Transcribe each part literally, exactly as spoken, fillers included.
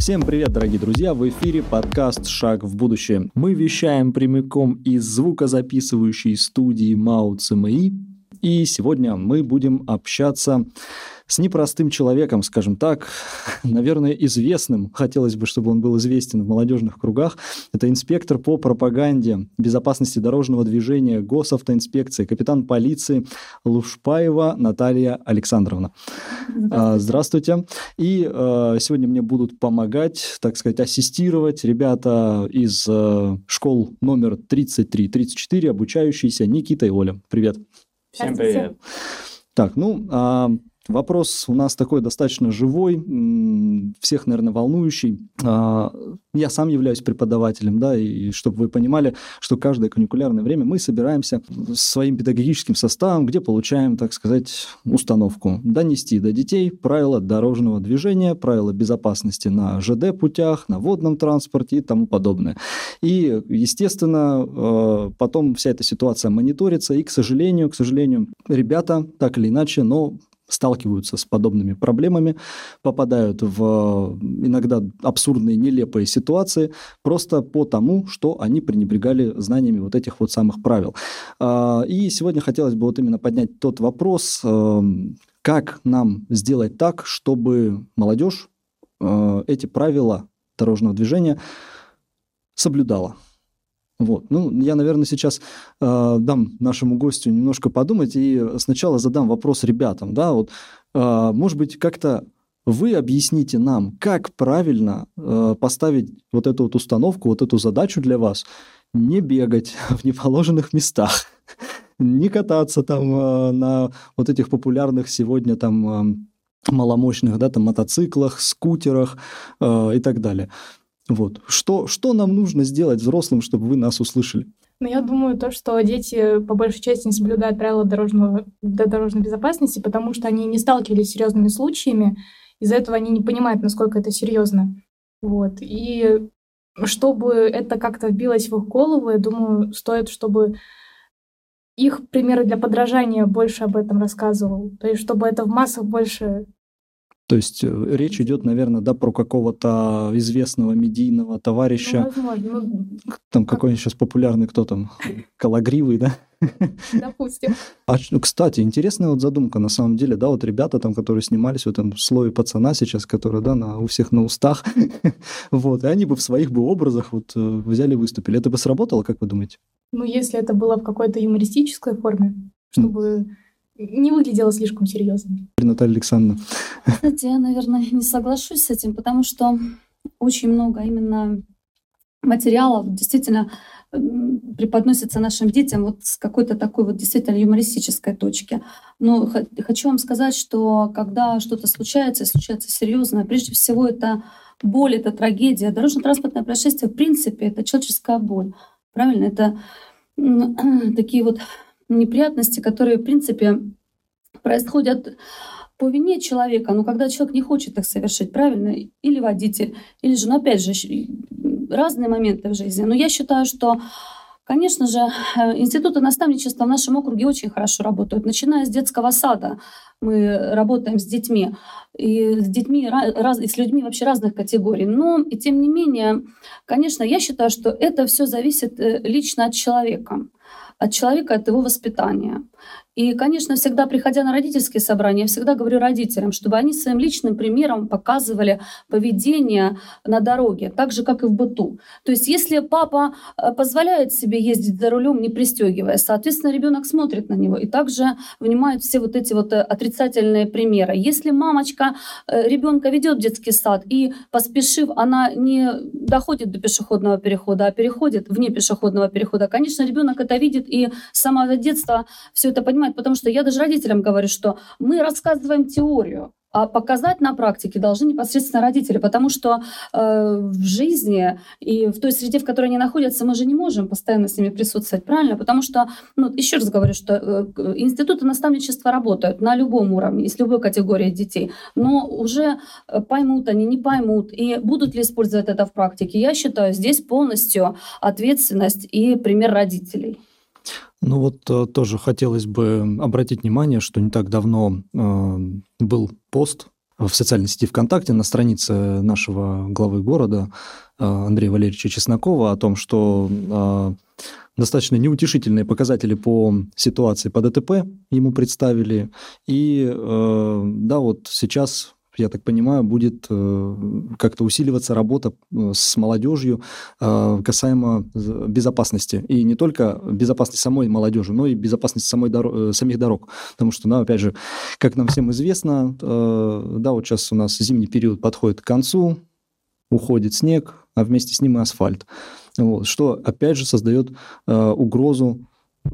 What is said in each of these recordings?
Всем привет, дорогие друзья! В эфире подкаст «Шаг в будущее». Мы вещаем прямиком из звукозаписывающей студии МАУ ЦМИ. И сегодня мы будем общаться с непростым человеком, скажем так, наверное, известным. Хотелось бы, чтобы он был известен в молодежных кругах. Это инспектор по пропаганде безопасности дорожного движения Госавтоинспекции, капитан полиции Лушпаева Наталья Александровна. Здравствуйте. Здравствуйте. И э, сегодня мне будут помогать, так сказать, ассистировать ребята из э, школ номер тридцать три тридцать четыре, обучающиеся Никита и Оля. Привет. Всем привет. Так, ну... А... Вопрос у нас такой достаточно живой, всех, наверное, волнующий. Я сам являюсь преподавателем, да, и чтобы вы понимали, что каждое каникулярное время мы собираемся своим педагогическим составом, где получаем, так сказать, установку. Донести до детей правила дорожного движения, правила безопасности на ЖД-путях, на водном транспорте и тому подобное. И, естественно, потом вся эта ситуация мониторится, и, к сожалению, к сожалению, ребята, так или иначе, но сталкиваются с подобными проблемами, попадают в иногда абсурдные, нелепые ситуации просто потому, что они пренебрегали знаниями вот этих вот самых правил. И сегодня хотелось бы вот именно поднять тот вопрос, как нам сделать так, чтобы молодежь эти правила дорожного движения соблюдала. Вот. Ну, я, наверное, сейчас э, дам нашему гостю немножко подумать и сначала задам вопрос ребятам. Да? Вот, э, может быть, как-то вы объясните нам, как правильно э, поставить вот эту вот установку, вот эту задачу для вас, не бегать в неположенных местах, не кататься там э, на вот этих популярных сегодня там э, маломощных, да, там, мотоциклах, скутерах э, и так далее. Вот. Что, что нам нужно сделать взрослым, чтобы вы нас услышали? Ну, я думаю, то, что дети по большей части не соблюдают правила дорожного, дорожной безопасности, потому что они не сталкивались с серьезными случаями, из-за этого они не понимают, насколько это серьезно. Вот. И чтобы это как-то вбилось в их голову, я думаю, стоит, чтобы их примеры для подражания больше об этом рассказывал. То есть, чтобы это в массах больше... То есть речь идет, наверное, да, про какого-то известного медийного товарища. Ну, возможно. Ну, там как... какой сейчас популярный, кто там, Кологривый, да? Допустим. А, кстати, интересная вот задумка, на самом деле, да, вот ребята там, которые снимались в этом слове пацана сейчас, который, да, на, у всех на устах, вот, и они бы в своих бы образах вот взяли и выступили. Это бы сработало, как вы думаете? Ну, если это было в какой-то юмористической форме, чтобы... не выглядело слишком серьезно. Наталья Александровна. Кстати, я, наверное, не соглашусь с этим, потому что очень много именно материалов действительно преподносится нашим детям вот с какой-то такой вот действительно юмористической точки. Но хочу вам сказать, что когда что-то случается, и случается серьезно, прежде всего это боль, это трагедия. Дорожно-транспортное происшествие, в принципе, это человеческая боль. Правильно? Это такие вот неприятности, которые, в принципе, происходят по вине человека, но когда человек не хочет их совершить, правильно, или водитель, или же, ну, опять же, разные моменты в жизни. Но я считаю, что, конечно же, институты наставничества в нашем округе очень хорошо работают. Начиная с детского сада мы работаем с детьми, и с детьми, и с людьми вообще разных категорий. Но, и тем не менее, конечно, я считаю, что это все зависит лично от человека. От человека, от его воспитания. И, конечно, всегда, приходя на родительские собрания, я всегда говорю родителям, чтобы они своим личным примером показывали поведение на дороге, так же, как и в быту. То есть, если папа позволяет себе ездить за рулем, не пристегиваясь, соответственно, ребенок смотрит на него и также внимает все вот эти вот отрицательные примеры. Если мамочка ребенка ведет в детский сад и, поспешив, она не доходит до пешеходного перехода, а переходит вне пешеходного перехода, конечно, ребенок это видит и с самого детства все это понимает, потому что я даже родителям говорю, что мы рассказываем теорию, а показать на практике должны непосредственно родители, потому что э, в жизни и в той среде, в которой они находятся, мы же не можем постоянно с ними присутствовать, правильно? Потому что, ну, еще раз говорю, что э, институты наставничества работают на любом уровне, и с любой категорией детей, но уже поймут они, не поймут, и будут ли использовать это в практике. Я считаю, здесь полностью ответственность и пример родителей. Ну вот тоже хотелось бы обратить внимание, что не так давно э, был пост в социальной сети ВКонтакте на странице нашего главы города Андрея Валерьевича Чеснокова о том, что достаточно неутешительные показатели по ситуации по ДТП ему представили. И да, вот сейчас, я так понимаю, будет как-то усиливаться работа с молодежью касаемо безопасности. И не только безопасности самой молодежи, но и безопасности самой дор- самих дорог. Потому что, ну, опять же, как нам всем известно, да, вот сейчас у нас зимний период подходит к концу, уходит снег, а вместе с ним и асфальт. Вот, что, опять же, создает э, угрозу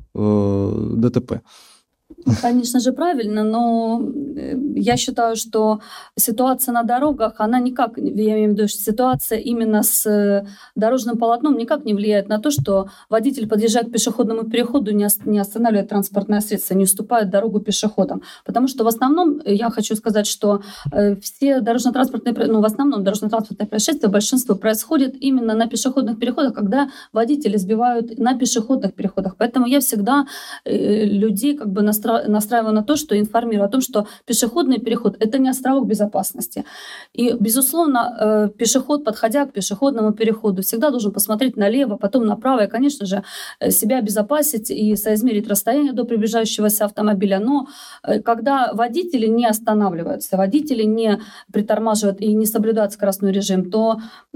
э, ДТП. Конечно же, правильно, но я считаю, что ситуация на дорогах, она никак, я имею в виду, что ситуация именно с дорожным полотном никак не влияет на то, что водитель подъезжает к пешеходному переходу, не останавливает транспортное средство, не уступает дорогу пешеходам. Потому что в основном, я хочу сказать, что все дорожно-транспортные, ну, в основном дорожно-транспортные происшествия, большинство происходит именно на пешеходных переходах, когда водители сбивают на пешеходных переходах. Поэтому я всегда людей как бы настраиваю настраиваю на то, что информирую о том, что пешеходный переход – это не островок безопасности. И, безусловно, пешеход, подходя к пешеходному переходу, всегда должен посмотреть налево, потом направо, и, конечно же, себя обезопасить и соизмерить расстояние до приближающегося автомобиля. Но когда водители не останавливаются, водители не притормаживают и не соблюдают скоростной режим, то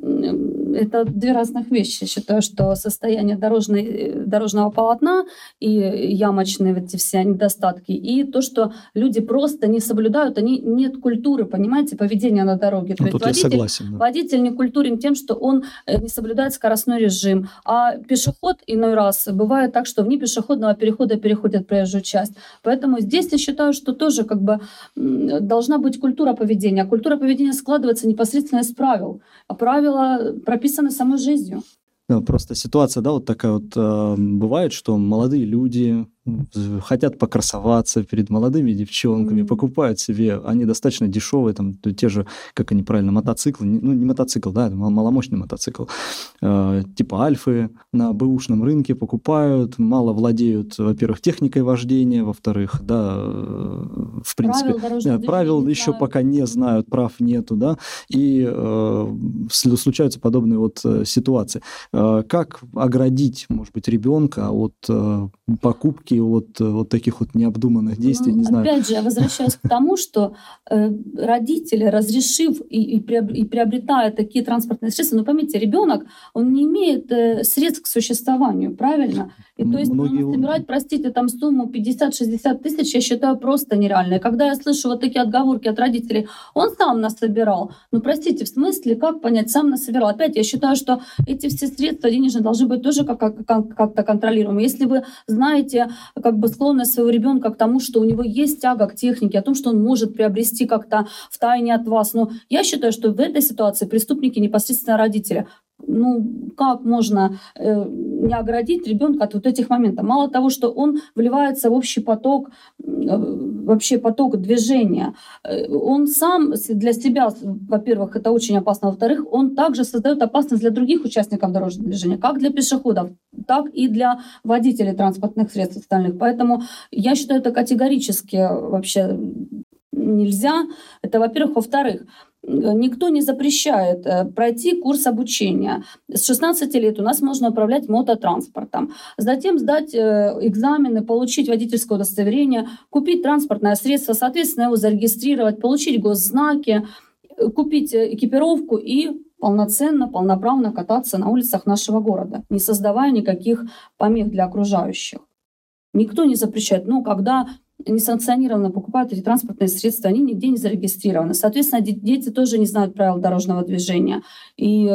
это две разных вещи. Я считаю, что состояние дорожной, дорожного полотна и ямочные эти все недостатки, и то, что люди просто не соблюдают, они нет культуры, понимаете, поведения на дороге. Ну, то тут есть я водитель, согласен. Да. Водитель не культурен тем, что он не соблюдает скоростной режим. А пешеход иной раз бывает так, что вне пешеходного перехода переходит проезжую часть. Поэтому здесь я считаю, что тоже как бы должна быть культура поведения. А культура поведения складывается непосредственно из правил. А правила прописаны самой жизнью. Да, просто ситуация, да, вот такая вот э, бывает, что молодые люди хотят покрасоваться перед молодыми девчонками, mm-hmm. покупают себе, они достаточно дешевые, там те же, как они правильно, мотоциклы, ну не мотоцикл, да, это маломощный мотоцикл, э, типа Альфы на бэушном рынке покупают, мало владеют, во-первых, техникой вождения, во-вторых, да, э, в принципе, правил, да, правил еще знаю. Пока не знают, прав нету, да, и э, случаются подобные вот э, ситуации. Э, как оградить, может быть, ребенка от э, покупки от вот таких вот необдуманных действий, ну, не знаю. Опять же, я возвращаюсь к тому, что э, родители, разрешив и, и, и приобретая такие транспортные средства, ну, поймите, ребенок, он не имеет э, средств к существованию, правильно? И то есть Многие... ну, собирать, простите, там сумму пятьдесят-шестьдесят тысяч, я считаю, просто нереально. И когда я слышу вот такие отговорки от родителей, он сам насобирал. Ну, простите, в смысле, как понять, сам насобирал? Опять, я считаю, что эти все средства денежные должны быть тоже как- как- как-то контролируемы. Если вы знаете как бы склонность своего ребенка к тому, что у него есть тяга к технике, о том, что он может приобрести как-то втайне от вас. Но я считаю, что в этой ситуации преступники непосредственно родители. Ну, как можно э, не оградить ребенка от вот этих моментов? Мало того, что он вливается в общий поток, э, вообще поток движения, э, он сам для себя, во-первых, это очень опасно, во-вторых, он также создает опасность для других участников дорожного движения, как для пешеходов, так и для водителей транспортных средств остальных. Поэтому я считаю, это категорически вообще нельзя. Это, во-первых. Во-вторых, никто не запрещает пройти курс обучения. С шестнадцати лет у нас можно управлять мототранспортом. Затем сдать экзамены, получить водительское удостоверение, купить транспортное средство, соответственно, его зарегистрировать, получить госзнаки, купить экипировку и полноценно, полноправно кататься на улицах нашего города, не создавая никаких помех для окружающих. Никто не запрещает. Но когда несанкционированно покупают эти транспортные средства, они нигде не зарегистрированы. Соответственно, дети тоже не знают правил дорожного движения и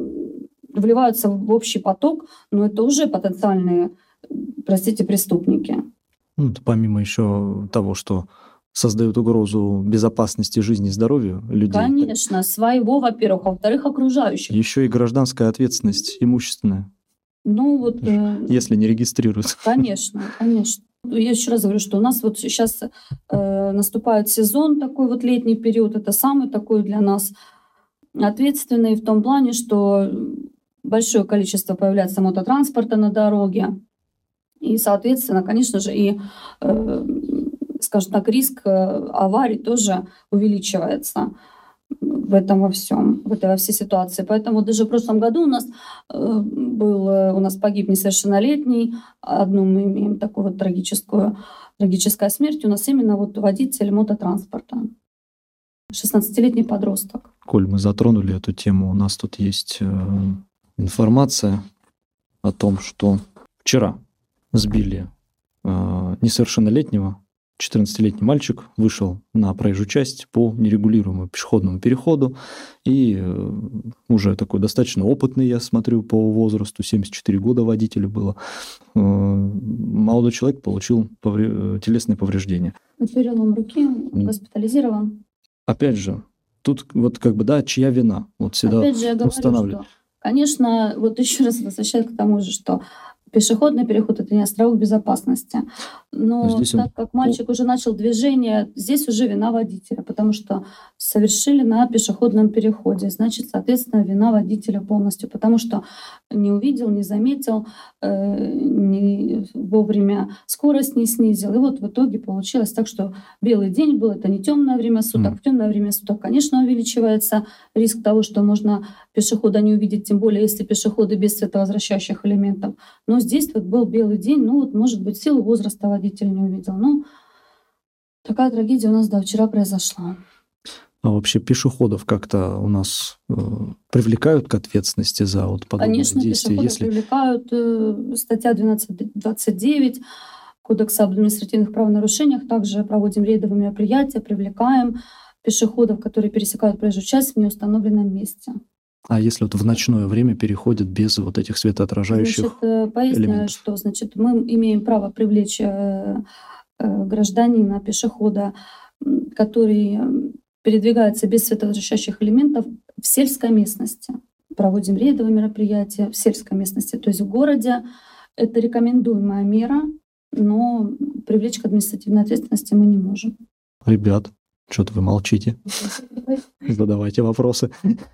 вливаются в общий поток, но это уже потенциальные, простите, преступники. Ну, помимо еще того, что создают угрозу безопасности жизни и здоровью людей. Конечно, своего, во-первых, а во-вторых, окружающих. Еще и гражданская ответственность имущественная. Ну вот. Если не регистрируются. Конечно, конечно. Я еще раз говорю, что у нас вот сейчас э, наступает сезон, такой вот летний период, это самый такой для нас ответственный в том плане, что большое количество появляется мототранспорта на дороге, и, соответственно, конечно же, и э, скажем так, риск э, аварий тоже увеличивается в этом во всем, в этой во всей ситуации. Поэтому даже в прошлом году у нас э, был, э, у нас погиб несовершеннолетний, одну мы имеем такую вот трагическую, трагическая смерть, у нас именно вот водитель мототранспорта, шестнадцатилетний подросток. Коль, мы затронули эту тему, у нас тут есть э, информация о том, что вчера сбили э, несовершеннолетнего, четырнадцатилетний мальчик вышел на проезжую часть по нерегулируемому пешеходному переходу, и э, уже такой достаточно опытный, я смотрю, по возрасту, семьдесят четыре года водителю было, э, молодой человек получил повре- телесные повреждения. Перелом руки, госпитализирован. Опять же, тут вот как бы, да, чья вина? Вот всегда Опять же, я говорю, что, конечно, вот еще раз возвращаясь к тому же, что пешеходный переход — это не островок безопасности. Но Здесь так он... как мальчик уже начал движение, здесь уже вина водителя, потому что совершили на пешеходном переходе. Значит, соответственно, вина водителя полностью, потому что не увидел, не заметил, э, не вовремя скорость не снизил. И вот в итоге получилось так, что белый день был, это не темное время суток. Mm. В темное время суток, конечно, увеличивается риск того, что можно пешехода не увидеть, тем более если пешеходы без световозвращающих элементов. Но здесь вот был белый день, ну вот, может быть, в силу возраста водитель не увидел. Ну, такая трагедия у нас, да, вчера произошла. А вообще пешеходов как-то у нас э, привлекают к ответственности за вот подобные Конечно, действия? Конечно, если... привлекают. Э, статья двенадцать двадцать девять Кодекса об административных правонарушениях. Также проводим рейдовые мероприятия, привлекаем пешеходов, которые пересекают проезжую часть в неустановленном месте. А если вот в ночное время переходят без вот этих светоотражающих значит, поясняю, элементов? что значит, мы имеем право привлечь э, э, гражданина, пешехода, который передвигается без светоотражающих элементов в сельской местности. Проводим рейдовые мероприятия в сельской местности, то есть в городе. Это рекомендуемая мера, но привлечь к административной ответственности мы не можем. Ребят, что-то вы молчите. Задавайте вопросы.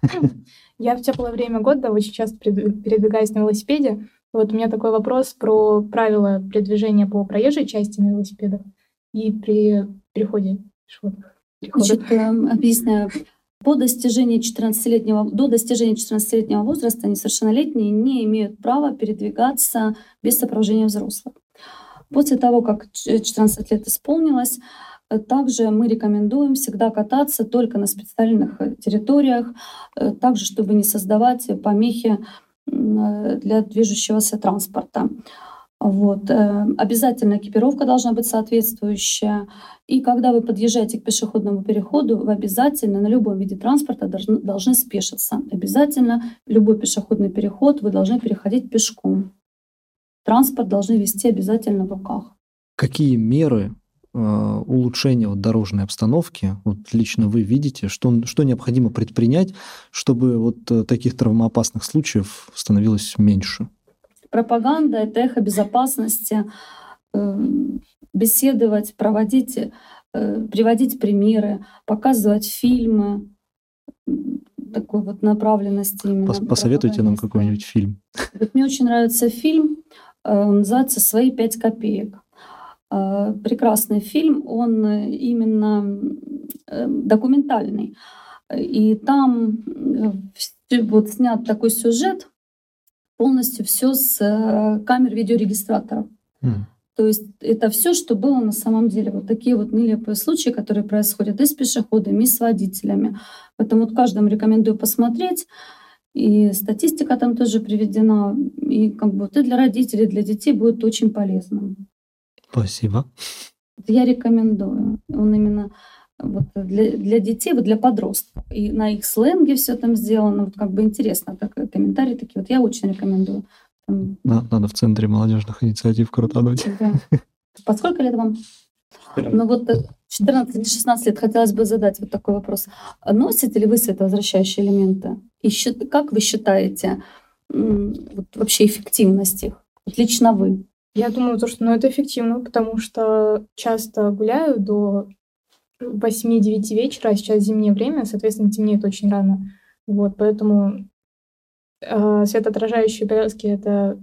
Я в теплое время года очень часто передвигаюсь на велосипеде. Вот у меня такой вопрос про правила передвижения по проезжей части на велосипедах и при переходе пешеходов. Значит, объясняю. По достижении четырнадцатилетнего, до достижения четырнадцатилетнего возраста несовершеннолетние не имеют права передвигаться без сопровождения взрослых. После того, как четырнадцать лет исполнилось, также мы рекомендуем всегда кататься только на специальных территориях, также чтобы не создавать помехи для движущегося транспорта. Вот. Обязательно экипировка должна быть соответствующая. И когда вы подъезжаете к пешеходному переходу, вы обязательно на любом виде транспорта должны, должны спешиться. Обязательно любой пешеходный переход вы должны переходить пешком. Транспорт должны вести обязательно в руках. Какие меры э, улучшения вот, дорожной обстановки вот, лично вы видите, что, что необходимо предпринять, чтобы вот, таких травмоопасных случаев становилось меньше? Пропаганда — это эхо безопасности, беседовать, проводить, приводить примеры, показывать фильмы такой вот направленности. Именно Посоветуйте нам какой-нибудь фильм. Вот мне очень нравится фильм, он называется «Свои пять копеек». Прекрасный фильм, он именно документальный. И там вот снят такой сюжет, полностью все с камер видеорегистраторов. Mm. То есть это все, что было на самом деле. Вот такие вот нелепые случаи, которые происходят и с пешеходами, и с водителями. Поэтому вот каждому рекомендую посмотреть. И статистика там тоже приведена. И как бы вот и для родителей, и для детей будет очень полезно. Спасибо. Я рекомендую. Он именно вот для, для детей, вот для подростков. И на их сленге все там сделано. Вот как бы интересно. Так, комментарии такие. Вот я очень рекомендую. Там... Да, надо в Центре молодежных инициатив крутануть. Да. По сколько лет вам? четырнадцать. Ну вот четырнадцать-шестнадцать лет хотелось бы задать вот такой вопрос. Носите ли вы световозвращающие элементы? И счит... как вы считаете вот, вообще эффективность их? Вот лично вы. Я думаю, то, что ну, это эффективно, потому что часто гуляю до восьми-девяти вечера, а сейчас зимнее время, соответственно, темнеет очень рано. Вот, поэтому э, светоотражающие повязки — это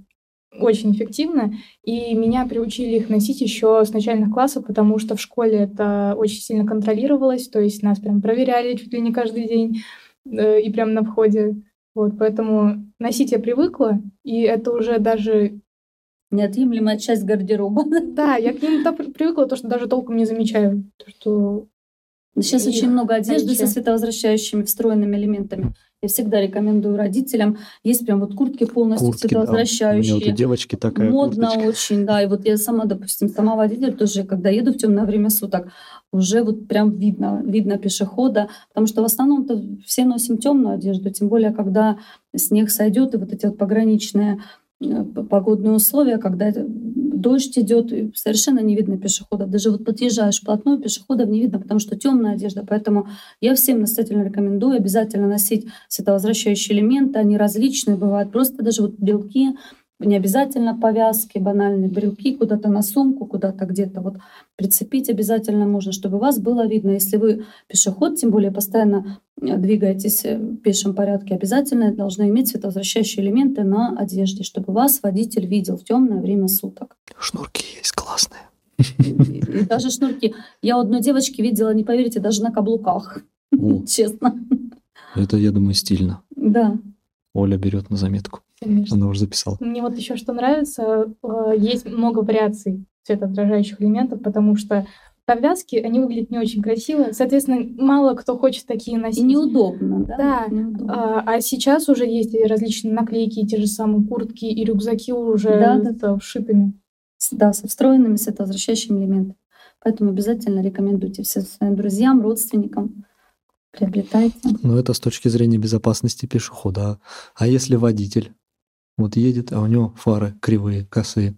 очень эффективно, и меня приучили их носить еще с начальных классов, потому что в школе это очень сильно контролировалось, то есть нас прям проверяли чуть ли не каждый день, э, и прям на входе. Вот, поэтому носить я привыкла, и это уже даже... Неотъемлемая часть гардероба. Да, я к ним так привыкла, то, что даже толком не замечаю, то, что... Сейчас их очень много одежды наличие. со световозвращающими встроенными элементами. Я всегда рекомендую родителям. Есть прям вот куртки полностью Куртки, да. У меня вот у световозвращающие. девочки такая Модно курточка. очень, да. И вот я сама, допустим, сама водитель тоже, когда еду в темное время суток, уже вот прям видно, видно пешехода, потому что в основном-то все носим темную одежду, тем более, когда снег сойдет, и вот эти вот пограничные э, п- погодные условия, когда это- дождь идет, и совершенно не видно пешеходов. Даже вот подъезжаешь вплотную, пешеходов не видно, потому что темная одежда. Поэтому я всем настоятельно рекомендую обязательно носить световозвращающие элементы. Они различные бывают. Просто даже вот брелки, не обязательно повязки, банальные брелки куда-то на сумку, куда-то где-то вот прицепить обязательно можно, чтобы вас было видно. Если вы пешеход, тем более постоянно э, двигаетесь э, в пешем порядке, обязательно должны иметь световозвращающие элементы на одежде, чтобы вас водитель видел в темное время суток. Шнурки есть классные. И, и даже шнурки. Я у одной девочки видела, не поверите, даже на каблуках. О, Честно. это, я думаю, стильно. Да. Оля берет на заметку. Конечно. Она уже записала. Мне вот еще что нравится, э, есть много вариаций цветоотражающих элементов, потому что повязки, они выглядят не очень красиво. Соответственно, мало кто хочет такие И носить. неудобно, да? Да. Неудобно. А, а сейчас уже есть и различные наклейки, и те же самые куртки, и рюкзаки уже Да, да. с вшитыми. С- Да, со встроенными световозвращающими элементами. Поэтому обязательно рекомендуйте всем своим друзьям, родственникам. Приобретайте. Но это с точки зрения безопасности пешехода. А а если водитель вот едет, а у него фары кривые, косые?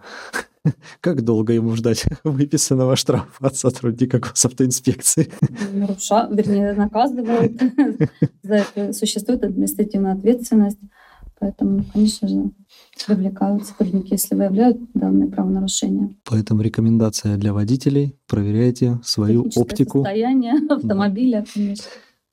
Как долго ему ждать выписанного штрафа от сотрудника госавтоинспекции? Наруша, вернее, наказывают. За это существует административная ответственность. Поэтому, конечно же, привлекают сотрудники, если выявляют данные правонарушения. Поэтому рекомендация для водителей: проверяйте свою Техническое оптику. состояние автомобиля, конечно.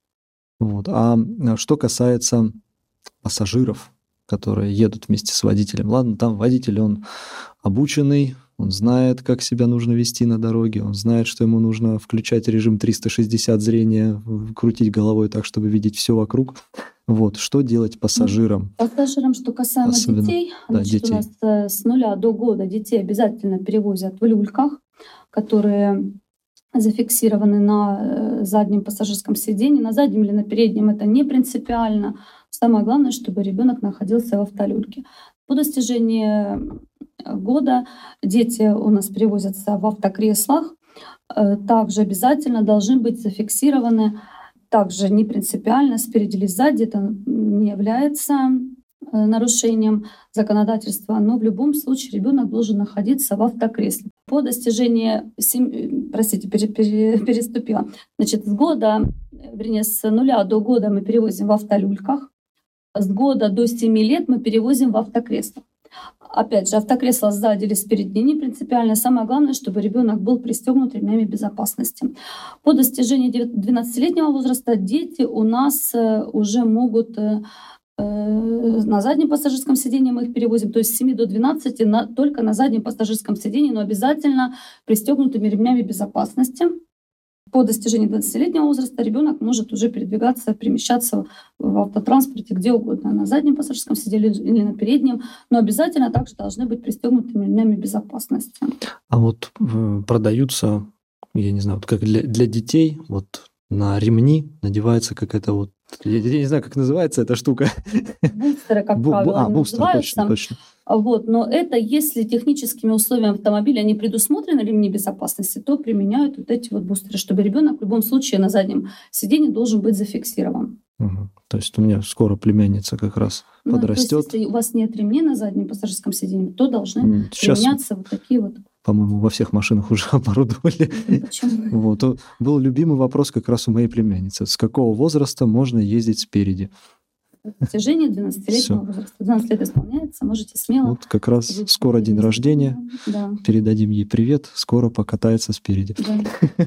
Вот. А а что касается пассажиров, которые едут вместе с водителем. Ладно, там водитель, он обученный, он знает, как себя нужно вести на дороге, он знает, что ему нужно включать режим триста шестьдесят зрения, в- крутить головой так, чтобы видеть все вокруг. Вот. Что делать пассажирам? Пассажирам, что касаемо Особенно, детей, да, значит, детей. у нас э, с нуля до года детей обязательно перевозят в люльках, которые зафиксированы на э, заднем пассажирском сиденье. На заднем или на переднем это не принципиально. Самое главное, чтобы ребенок находился в автолюльке. По достижении э, года дети у нас перевозятся в автокреслах. Э, Также обязательно должны быть зафиксированы, также не принципиально, спереди или сзади, это не является э, нарушением законодательства, но в любом случае ребенок должен находиться в автокресле. По достижении, сем- простите, пере- пере- переступила, значит, с года, э, вернее, с нуля до года мы перевозим в автолюльках, с года до семи лет мы перевозим в автокреслах. Опять же, автокресло сзади или спереди не принципиально. Самое главное, чтобы ребенок был пристегнут ремнями безопасности. По достижении двенадцатилетнего возраста дети у нас э, уже могут э, э, на заднем пассажирском сиденье мы их перевозим, то есть с семи до двенадцати на, только на заднем пассажирском сиденье, но обязательно пристегнутыми ремнями безопасности. По достижении двадцатилетнего возраста ребенок может уже передвигаться, перемещаться в автотранспорте где угодно, на заднем пассажирском сиденье или на переднем, но обязательно также должны быть пристегнутыми ремнями безопасности. А вот э, продаются, я не знаю, вот как для, для детей, вот на ремни надевается какая-то вот, я, я не знаю, как называется эта штука. Бустеры, как Бу- бу- правило, а, они бустер, называются. точно, точно. Вот, но это если техническими условиями автомобиля не предусмотрены ремни безопасности, то применяют вот эти вот бустеры, чтобы ребенок в любом случае на заднем сиденье должен быть зафиксирован. Мгм. То есть у меня скоро племянница как раз Ну, то есть, подрастет. если у вас нет ремней на заднем пассажирском сиденье, то должны М, Сейчас, применяться вот такие вот. по-моему, во всех машинах уже оборудовали. Почему? Вот. о, Был любимый вопрос как раз у моей племянницы. С какого возраста можно ездить спереди? Достижение двенадцатилетнего Всё. возраста. двенадцать лет исполняется, можете смело. Вот как раз ездить скоро на день переднем рождения. сиденье. Да, Передадим ей привет, скоро покатается спереди. да.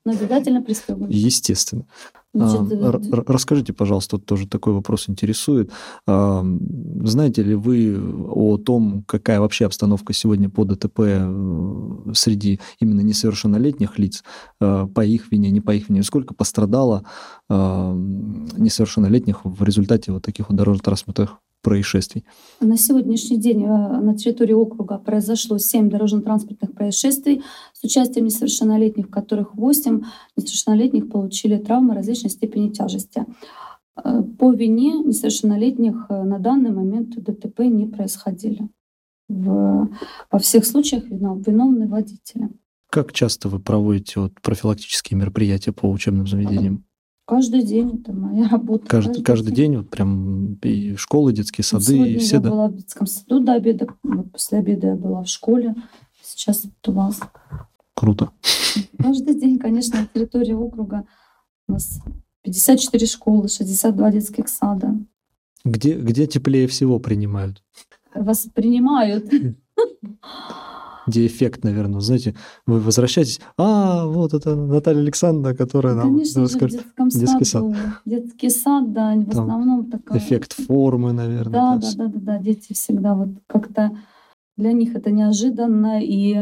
но обязательно пристегнуты. Естественно. Значит, А, р- р- расскажите, пожалуйста, вот тоже такой вопрос интересует. А, знаете ли вы о том, какая вообще обстановка сегодня по ДТП э, среди именно несовершеннолетних лиц, э, по их вине, не по их вине? Сколько пострадало э, несовершеннолетних в результате вот таких вот дорожно-транспортных происшествий? На сегодняшний день э, на территории округа произошло семь дорожно-транспортных происшествий с участием несовершеннолетних, в которых восемь несовершеннолетних получили травмы различной степени тяжести. Э, По вине несовершеннолетних э, на данный момент ДТП не происходили. В- Во всех случаях вино- виновны водители. Как часто вы проводите вот профилактические мероприятия по учебным заведениям? Каждый день это моя работа. Каждый, каждый день, вот прям и школы, детские Вот сады, и сегодня все, я да? была в детском саду до обеда, вот после обеда я была в школе, сейчас вот у вас. Круто. Каждый день, конечно, на территории округа у нас пятьдесят четыре школы, шестьдесят два детских сада. Где, где теплее всего принимают? Воспринимают. Где эффект, наверное. Знаете, вы возвращаетесь, а, вот это Наталья Александровна, которая нам Конечно же, в расскажет. детском детский саду. Детский сад, да, в Там основном такая. эффект формы, наверное. Да, да, да, с- да, да, да. Дети всегда вот как-то для них это неожиданно и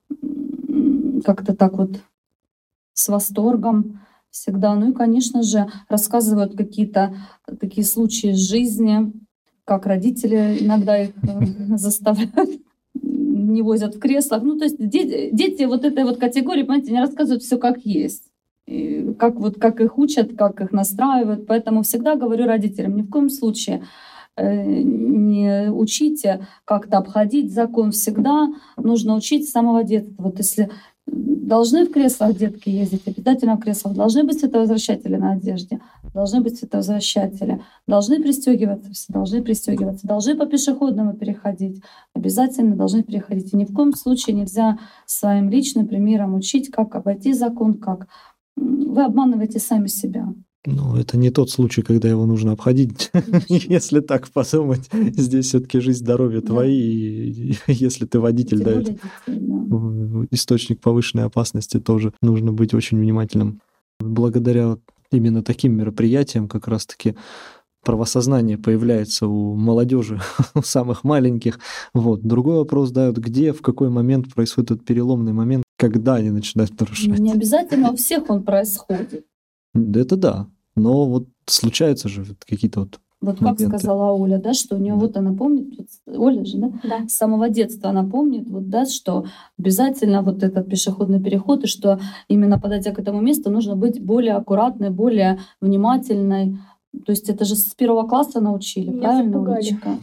м, как-то так вот с восторгом всегда. Ну и, конечно же, рассказывают какие-то такие случаи из жизни, как родители иногда их э, заставляют, не возят в креслах. Ну, то есть дети, дети вот этой вот категории, понимаете, не рассказывают все как есть. И как, вот, как их учат, как их настраивают. Поэтому всегда говорю родителям, ни в коем случае э, не учите как-то обходить закон. Всегда нужно учить с самого детства. Вот если должны в креслах детки ездить, обязательно в креслах. Должны быть световозвращатели на одежде, должны быть световозвращатели. Должны пристегиваться все, должны пристегиваться. Должны по пешеходному переходить, обязательно должны переходить. И ни в коем случае нельзя своим личным примером учить, как обойти закон, как. М, Вы обманываете сами себя. Ну, это не тот случай, когда его нужно обходить. Конечно. Если так подумать, здесь все-таки жизнь, здоровье Да. твои, и если ты водитель, Тем да, более это детей, да. в- источник повышенной опасности, тоже нужно быть очень внимательным. Благодаря вот именно таким мероприятиям как раз-таки правосознание появляется у молодежи, у самых маленьких. Вот. Другой вопрос, да, вот где, в какой момент происходит этот переломный момент, когда они начинают Ну, нарушать. не обязательно у всех он происходит. Да, это да. Но вот случаются же вот какие-то вот Вот как моменты. сказала Оля, да, что у нее Да. вот она помнит, вот Оля же, да, Да. с самого детства она помнит, вот, да, что обязательно вот этот пешеходный переход, и что именно подойдя к этому месту, нужно быть более аккуратной, более внимательной. То есть это же с первого класса научили, Меня правильно, запугали. Олечка?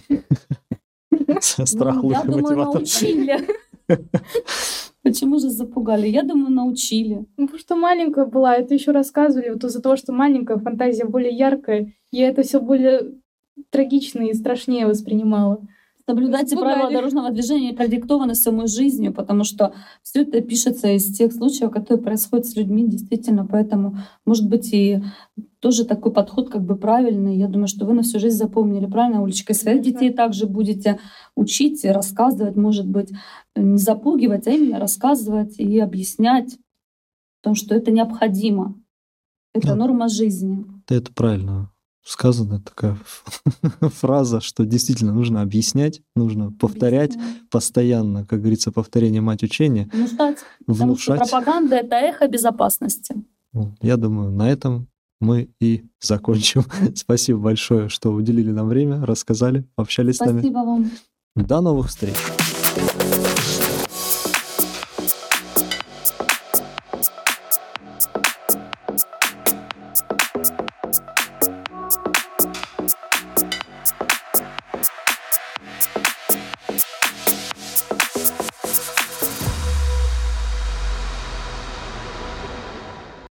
Страх Ну, я лучший думаю, мотиватор. научили. Почему же запугали? Я думаю, научили. Ну, потому что маленькая была, это еще рассказывали, вот из-за того, что маленькая, фантазия более яркая, я это все более трагично и страшнее воспринимала. Соблюдайте Испугали. правила дорожного движения, продиктованы самой жизнью, потому что все это пишется из тех случаев, которые происходят с людьми, действительно. Поэтому, может быть, и тоже такой подход как бы правильный. Я думаю, что вы на всю жизнь запомнили, правильно, Олечка? И своих Конечно. детей также будете учить и рассказывать, может быть, не запугивать, а именно рассказывать и объяснять, потому что это необходимо. Это Да. норма жизни. Это правильно сказано, такая фраза, что действительно нужно объяснять, нужно повторять Объяснять. постоянно, как говорится, повторение мать учения, Внушать. Потому что внушать. пропаганда — это эхо безопасности. Ну, я думаю, на этом мы и закончим. Спасибо большое, что уделили нам время, рассказали, общались с нами. Спасибо вам. До новых встреч.